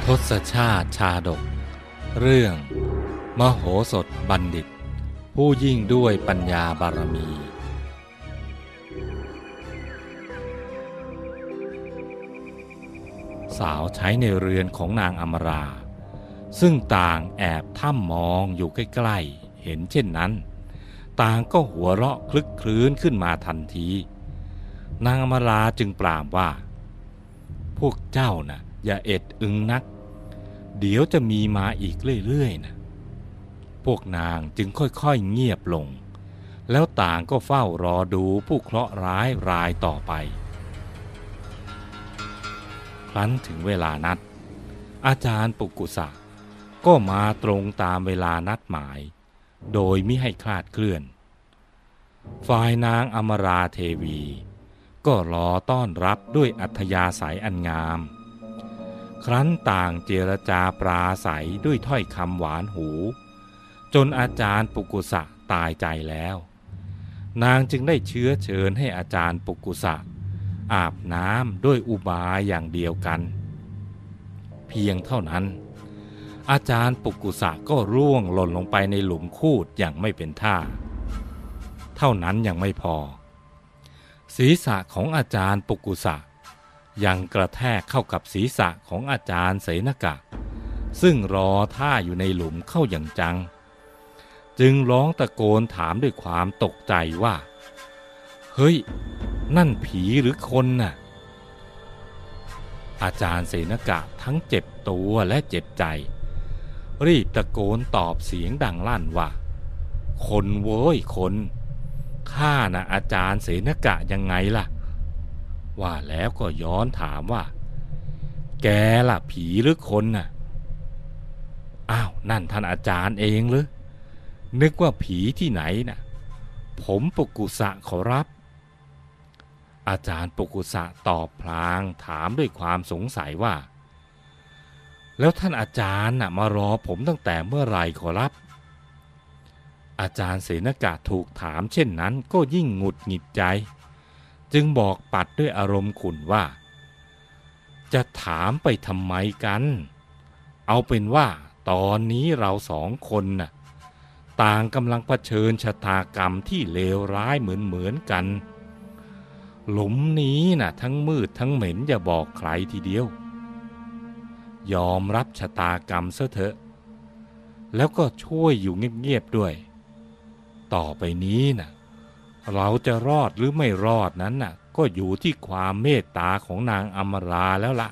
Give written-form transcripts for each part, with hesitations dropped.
ทศชาติชาดกเรื่องมโหสถบัณฑิตผู้ยิ่งด้วยปัญญาบารมีสาวใช้ในเรือนของนางอมราซึ่งต่างแอบถ้ำมองอยู่ใกล้ๆเห็นเช่นนั้นต่างก็หัวเราะคลึกครื้นขึ้นมาทันทีนางอมราจึงปรามว่าพวกเจ้าน่ะอย่าเอ็ดอึงนักเดี๋ยวจะมีมาอีกเรื่อยๆนะพวกนางจึงค่อยๆเงียบลงแล้วต่างก็เฝ้ารอดูผู้เคราะห์ร้ายรายต่อไปครั้นถึงเวลานัดอาจารย์ปุกุสะก็มาตรงตามเวลานัดหมายโดยมิให้คลาดเคลื่อนฝ่ายนางอมราเทวีก็รอต้อนรับด้วยอัธยาศัยอันงามครั้นต่างเจรจาปราศัยด้วยถ้อยคำหวานหูจนอาจารย์ปุกุสะตายใจแล้วนางจึงได้เชื้อเชิญให้อาจารย์ปุกุสะอาบน้ำด้วยอุบายอย่างเดียวกันเพียงเท่านั้นอาจารย์ปุกุสะก็ร่วงหล่นลงไปในหลุมคูดอย่างไม่เป็นท่าเท่านั้นยังไม่พอศีรษะของอาจารย์ปุกุสะยังกระแทกเข้ากับศีรษะของอาจารย์เสนกะซึ่งรอท่าอยู่ในหลุมเข้าอย่างจังจึงร้องตะโกนถามด้วยความตกใจว่าเฮ้ยนั่นผีหรือคนน่ะอาจารย์เสนกะทั้งเจ็บตัวและเจ็บใจรีบตะโกนตอบเสียงดังลั่นว่าคนโว้ยคนข้าน่ะอาจารย์เสนกะยังไงล่ะว่าแล้วก็ย้อนถามว่าแกล่ะผีหรือคนน่ะอ้าวนั่นท่านอาจารย์เองหรือนึกว่าผีที่ไหนน่ะผมปุกุสะขอรับอาจารย์ปุกุสะตอบพลางถามด้วยความสงสัยว่าแล้วท่านอาจารย์น่ะมารอผมตั้งแต่เมื่อไหร่ขอรับอาจารย์เสนกะถูกถามเช่นนั้นก็ยิ่งหงุดหงิดใจจึงบอกปัดด้วยอารมณ์ขุ่นว่าจะถามไปทำไมกันเอาเป็นว่าตอนนี้เราสองคนน่ะต่างกำลังเผชิญชะตากรรมที่เลวร้ายเหมือนกันหลุมนี้น่ะทั้งมืดทั้งเหม็นอย่าบอกใครทีเดียวยอมรับชะตากรรมซะเถอะแล้วก็ช่วยอยู่เงียบๆด้วยต่อไปนี้น่ะเราจะรอดหรือไม่รอดนั้นน่ะก็อยู่ที่ความเมตตาของนางอมราแล้วล่ะ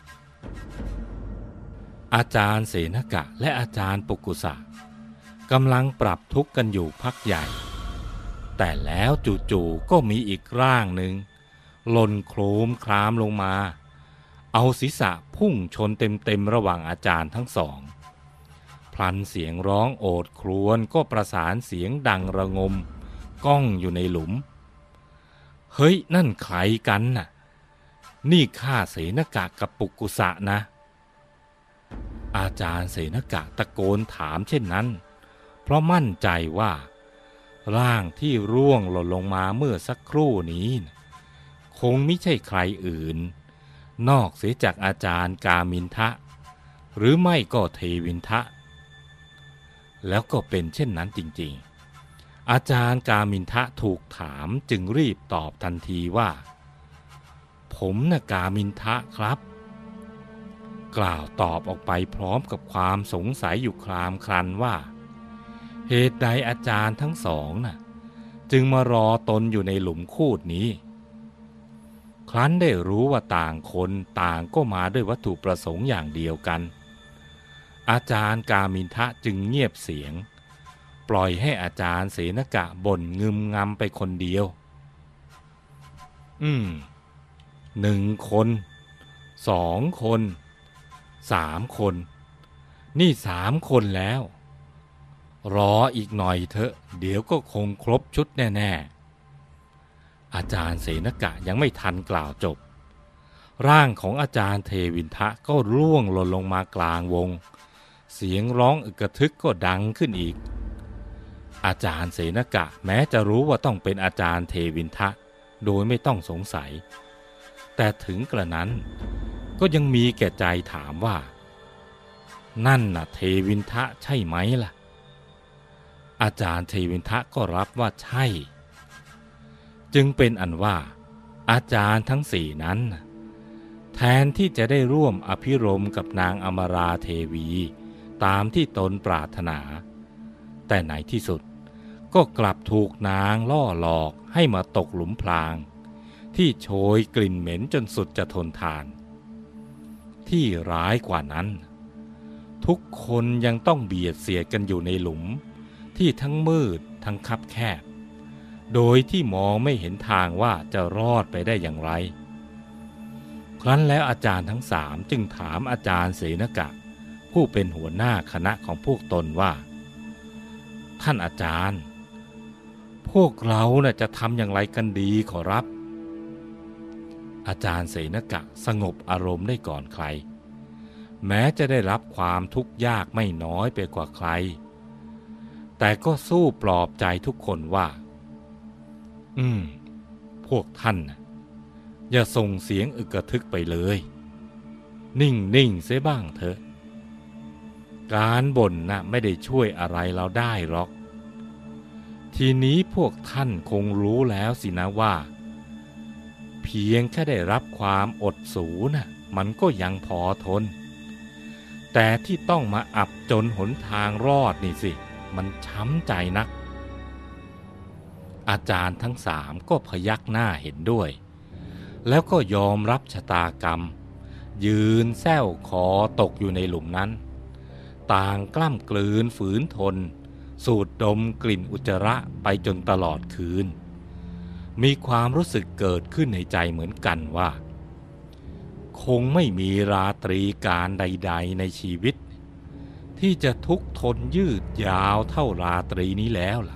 อาจารย์เสนกะและอาจารย์ปุกุสะกำลังปรับทุกข์กันอยู่พักใหญ่แต่แล้วจู่ๆก็มีอีกร่างหนึ่งหล่นโครมคลามลงมาเอาศีรษะพุ่งชนเต็มๆระหว่างอาจารย์ทั้งสองพลันเสียงร้องโอดครวญก็ประสานเสียงดังระงมก้องอยู่ในหลุมเฮ้ยนั่นใครกันน่ะนี่ข้าเสนกะกับปุกุสะนะอาจารย์เสนกะตะโกนถามเช่นนั้นเพราะมั่นใจว่าร่างที่ร่วงหล่นลงมาเมื่อสักครู่นี้คงไม่ใช่ใครอื่นนอกเสียจากอาจารย์กามินทะหรือไม่ก็เทวินทะแล้วก็เป็นเช่นนั้นจริงๆอาจารย์กามินทะถูกถามจึงรีบตอบทันทีว่าผมน่ะกามินทะครับกล่าวตอบออกไปพร้อมกับความสงสัยอยู่คลามครันว่าเหตุใดอาจารย์ทั้งสองน่ะจึงมารอตนอยู่ในหลุมคูดนี้ครั้นได้รู้ว่าต่างคนต่างก็มาด้วยวัตถุประสงค์อย่างเดียวกันอาจารย์กามินทะจึงเงียบเสียงปล่อยให้อาจารย์เสนกะบ่นงึมงำไปคนเดียว1 คน2 คน3 คนนี่3 คนแล้วรออีกหน่อยเถอะเดี๋ยวก็คงครบชุดแน่ๆอาจารย์เสนกะยังไม่ทันกล่าวจบร่างของอาจารย์เทวินทะก็ร่วงหล่นลงมากลางวงเสียงร้องอึกกระทึกก็ดังขึ้นอีกอาจารย์เสนกะแม้จะรู้ว่าต้องเป็นอาจารย์เทวินทะโดยไม่ต้องสงสัยแต่ถึงกระนั้นก็ยังมีแก่ใจถามว่านั่นน่ะเทวินทะใช่ไหมล่ะอาจารย์เทวินทะก็รับว่าใช่จึงเป็นอันว่าอาจารย์ทั้งสี่นั้นแทนที่จะได้ร่วมอภิรมย์กับนางอมราเทวีตามที่ตนปรารถนาแต่ในที่สุดก็กลับถูกนางล่อหลอกให้มาตกหลุมพรางที่โชยกลิ่นเหม็นจนสุดจะทนทานที่ร้ายกว่านั้นทุกคนยังต้องเบียดเสียดกันอยู่ในหลุมที่ทั้งมืดทั้งคับแคบโดยที่มองไม่เห็นทางว่าจะรอดไปได้อย่างไรครั้นแล้วอาจารย์ทั้งสามจึงถามอาจารย์เสนกะผู้เป็นหัวหน้าคณะของพวกตนว่าท่านอาจารย์พวกเราจะทำอย่างไรกันดีขอรับอาจารย์เสนกะสงบอารมณ์ได้ก่อนใครแม้จะได้รับความทุกข์ยากไม่น้อยไปกว่าใครแต่ก็สู้ปลอบใจทุกคนว่าพวกท่านอย่าส่งเสียงอึกกระทึกไปเลยนิ่งเสียบ้างเถอะการบ่นไม่ได้ช่วยอะไรเราได้หรอกทีนี้พวกท่านคงรู้แล้วสินะว่าเพียงแค่ได้รับความอดสูมันก็ยังพอทนแต่ที่ต้องมาอับจนหนทางรอดนี่สิมันช้ำใจนักอาจารย์ทั้งสามก็พยักหน้าเห็นด้วยแล้วก็ยอมรับชะตากรรมยืนแส้วคอตกอยู่ในหลุมนั้นต่างกล้ำกลืนฝืนทนสูดดมกลิ่นอุจจาระไปจนตลอดคืนมีความรู้สึกเกิดขึ้นในใจเหมือนกันว่าคงไม่มีราตรีการใดๆในชีวิตที่จะทุกข์ทนยืดยาวเท่าราตรีนี้แล้วล่ะ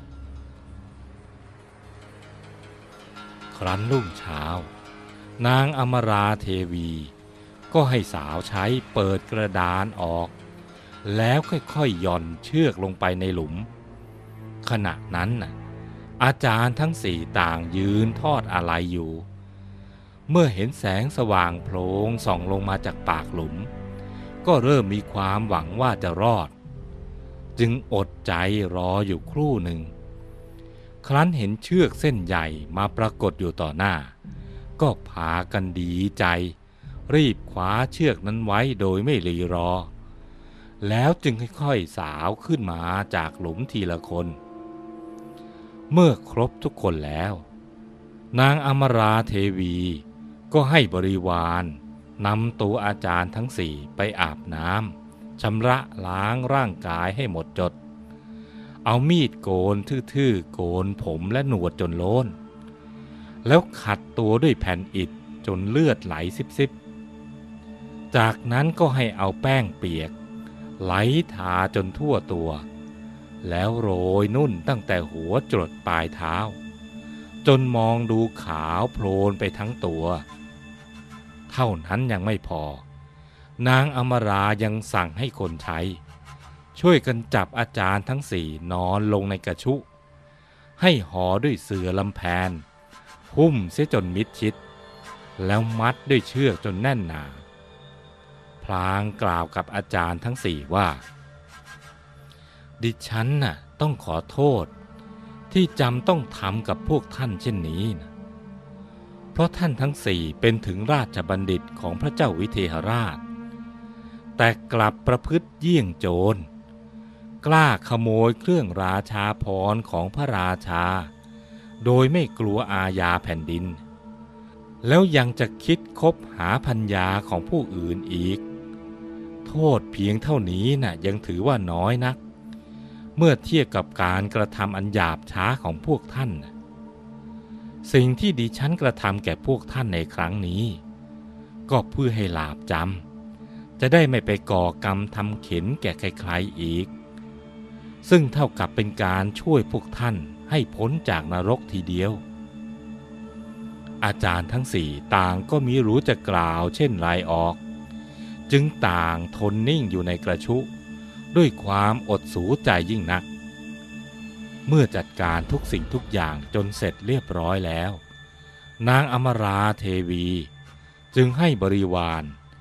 ครั้นรุ่งเช้านางอมราเทวีก็ให้สาวใช้เปิดกระดานออกแล้วค่อยๆหย่อนเชือกลงไปในหลุมขณะนั้นอาจารย์ทั้งสี่ต่างยืนทอดอาลัยอยู่เมื่อเห็นแสงสว่างโพลงส่องลงมาจากปากหลุมก็เริ่มมีความหวังว่าจะรอดจึงอดใจรออยู่ครู่หนึ่งครั้นเห็นเชือกเส้นใหญ่มาปรากฏอยู่ต่อหน้าก็พากันดีใจรีบคว้าเชือกนั้นไว้โดยไม่รีรอแล้วจึงค่อยๆสาวขึ้นมาจากหลุมทีละคนเมื่อครบทุกคนแล้วนางอมราเทวีก็ให้บริวารนำตัวอาจารย์ทั้งสี่ไปอาบน้ำชำระล้างร่างกายให้หมดจดเอามีดโกนทื่อๆโกนผมและหนวดจนโล้นแล้วขัดตัวด้วยแผ่นอิฐจนเลือดไหลซิบๆจากนั้นก็ให้เอาแป้งเปียกไหลทาจนทั่วตัวแล้วโรยนุ่นตั้งแต่หัวจรดปลายเท้าจนมองดูขาวโพลนไปทั้งตัวเท่านั้นยังไม่พอนางอมรายังสั่งให้คนใช้ช่วยกันจับอาจารย์ทั้งสี่นอนลงในกระชุให้ห่อด้วยเสื่อลำแพนหุ้มเสียจนมิดชิดแล้วมัดด้วยเชือกจนแน่นหนาพลางกล่าวกับอาจารย์ทั้งสี่ว่าดิฉันต้องขอโทษที่จำต้องทำกับพวกท่านเช่นนี้นะเพราะท่านทั้งสี่เป็นถึงราชบัณฑิตของพระเจ้าวิเทหราชแต่กลับประพฤติเยี่ยงโจรกล้าขโมยเครื่องราชาภรณ์ของพระราชาโดยไม่กลัวอาญาแผ่นดินแล้วยังจะคิดคบหาภรรยาของผู้อื่นอีกโทษเพียงเท่านี้ยังถือว่าน้อยนักเมื่อเทียบกับการกระทำอันหยาบช้าของพวกท่านสิ่งที่ดิฉันกระทำแก่พวกท่านในครั้งนี้ก็เพื่อให้หลาบจำจะได้ไม่ไปก่อกรรมทำเข็ญแก่ใครๆอีกซึ่งเท่ากับเป็นการช่วยพวกท่านให้พ้นจากนรกทีเดียวอาจารย์ทั้งสี่ต่างก็มิรู้จะกล่าวเช่นไรออกจึงต่างทนนิ่งอยู่ในกระชุด้วยความอดสูใจยิ่งนักเมื่อจัดการทุกสิ่งทุกอย่างจนเสร็จเรียบร้อยแล้วนางอมราเทวีจึงให้บริวาร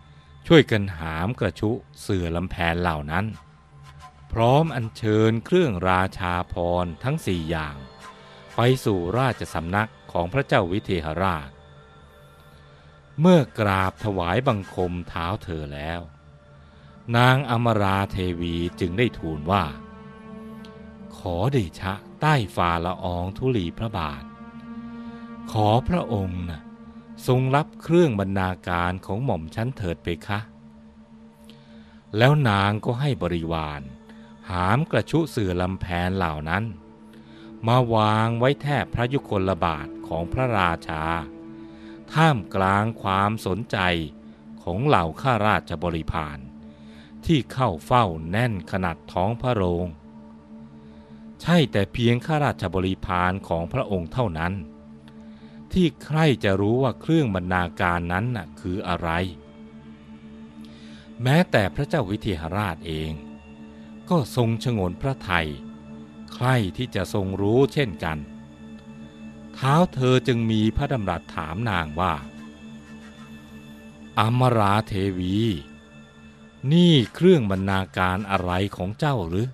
ช่วยกันหามกระชุเสื่อลำแพนเหล่านั้นพร้อมอัญเชิญเครื่องราชาภรณ์ทั้ง4อย่างไปสู่ราชสำนักของพระเจ้าวิเทหราชเมื่อกราบถวายบังคมเท้าเธอแล้วนางอมราเทวีจึงได้ทูลว่าขอเดชะใต้ฝ่าละอองธุลีพระบาทขอพระองค์นะทรงรับเครื่องบรรณาการของหม่อมชั้นเถิดเพคะแล้วนางก็ให้บริวารหามกระชุเสื่อลำแพนเหล่านั้นมาวางไว้แทบพระยุคลบาทของพระราชาท่ามกลางความสนใจของเหล่าข้าราชบริพารที่เข้าเฝ้าแน่นขนาดท้องพระโรงใช่แต่เพียงข้าราชบริพารของพระองค์เท่านั้นที่ใครจะรู้ว่าเครื่องบรรณาการนั้นน่ะคืออะไรแม้แต่พระเจ้าวิเทหราชเองก็ทรงฉงนพระทัยใครที่จะทรงรู้เช่นกันท้าวเธอจึงมีพระดำรัสถามนางว่าอมราเทวีนี่เครื่องบรรณาการอะไรของเจ้าหรือ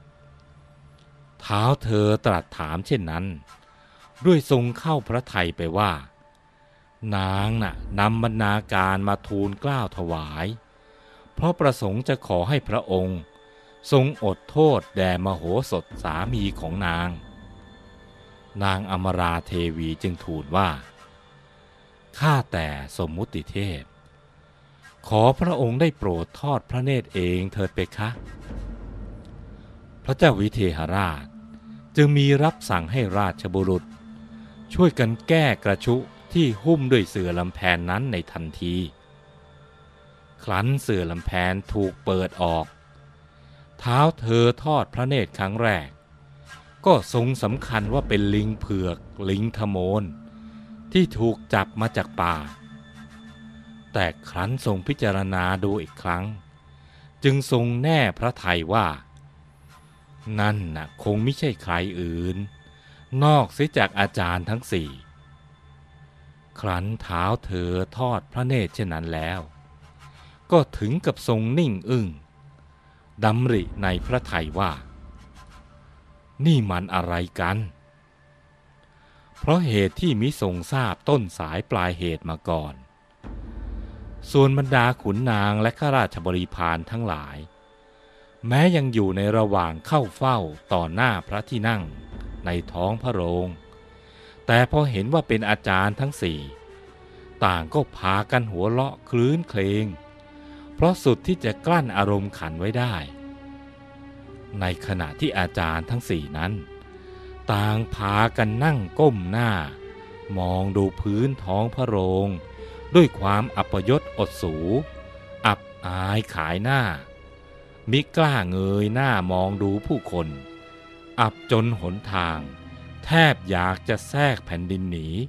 ท้าวเธอตรัสถามเช่นนั้นด้วยทรงเข้าพระทัยไปว่านางน่ะนำบรรณาการมาทูลเกล้าถวายเพราะประสงค์จะขอให้พระองค์ทรงอดโทษแด่มโหสถสามีของนางอมราเทวีจึงทูลว่าข้าแต่สมมุติเทพขอพระองค์ได้โปรดทอดพระเนตรเองเถิดเพคะพระเจ้าวิเทหราชจึงมีรับสั่งให้ราชบุรุษช่วยกันแก้กระชุที่หุ้มด้วยเสื่อลำแพนนั้นในทันทีครั้นเสื่อลำแพนถูกเปิดออกเท้าเธอทอดพระเนตรครั้งแรกก็ทรงสำคัญว่าเป็นลิงเผือกลิงทโมนที่ถูกจับมาจากป่าแต่ครั้นทรงพิจารณาดูอีกครั้งจึงทรงแน่พระทัยว่านั่นน่ะคงไม่ใช่ใครอื่นนอกเสียจากอาจารย์ทั้งสี่ครั้นเท้าเธอทอดพระเนตรเช่นนั้นแล้วก็ถึงกับทรงนิ่งอึ้งดำริในพระทัยว่านี่มันอะไรกันเพราะเหตุที่มิทรงทราบต้นสายปลายเหตุมาก่อนส่วนบรรดาขุนนางและข้าราชบริพารทั้งหลายแม้ยังอยู่ในระหว่างเข้าเฝ้าต่อหน้าพระที่นั่งในท้องพระโรงแต่พอเห็นว่าเป็นอาจารย์ทั้งสี่ต่างก็พากันหัวเราะคลื้นเครงเพราะสุดที่จะกลั้นอารมณ์ขันไว้ได้ในขณะที่อาจารย์ทั้งสี่นั้นต่างพากันนั่งก้มหน้ามองดูพื้นท้องพระโรงด้วยความอัปยศอดสูอับอายขายหน้ามิกล้าเงยหน้ามองดูผู้คนอับจนหนทางแทบอยากจะแทรกแผ่นดินหนี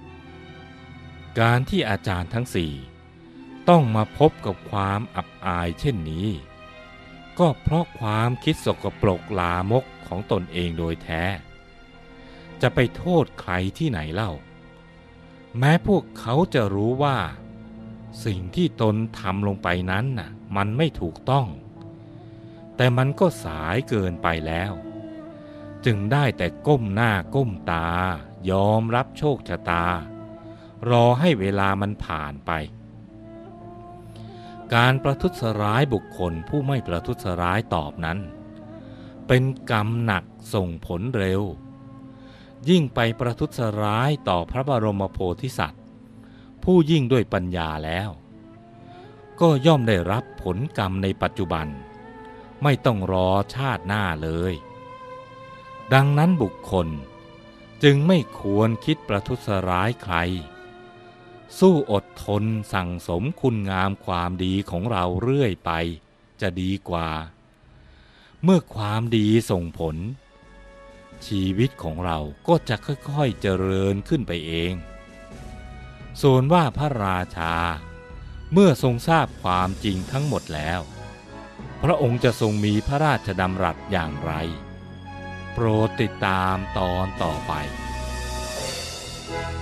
การที่อาจารย์ทั้งสี่ต้องมาพบกับความอับอายเช่นนี้ก็เพราะความคิดสกปรกลามกของตนเองโดยแท้จะไปโทษใครที่ไหนเล่าแม้พวกเขาจะรู้ว่าสิ่งที่ตนทำลงไปนั้นน่ะมันไม่ถูกต้องแต่มันก็สายเกินไปแล้วจึงได้แต่ก้มหน้าก้มตายอมรับโชคชะตารอให้เวลามันผ่านไปการประทุษร้ายบุคคลผู้ไม่ประทุษร้ายตอบนั้นเป็นกรรมหนักส่งผลเร็วยิ่งไปประทุษร้ายต่อพระบรมโพธิสัตว์ผู้ยิ่งด้วยปัญญาแล้วก็ย่อมได้รับผลกรรมในปัจจุบันไม่ต้องรอชาติหน้าเลยดังนั้นบุคคลจึงไม่ควรคิดประทุษร้ายใครสู้อดทนสั่งสมคุณงามความดีของเราเรื่อยไปจะดีกว่าเมื่อความดีส่งผลชีวิตของเราก็จะค่อยๆเจริญขึ้นไปเองส่วนว่าพระราชาเมื่อทรงทราบความจริงทั้งหมดแล้วพระองค์จะทรงมีพระราชดำรัสอย่างไรโปรดติดตามตอนต่อไป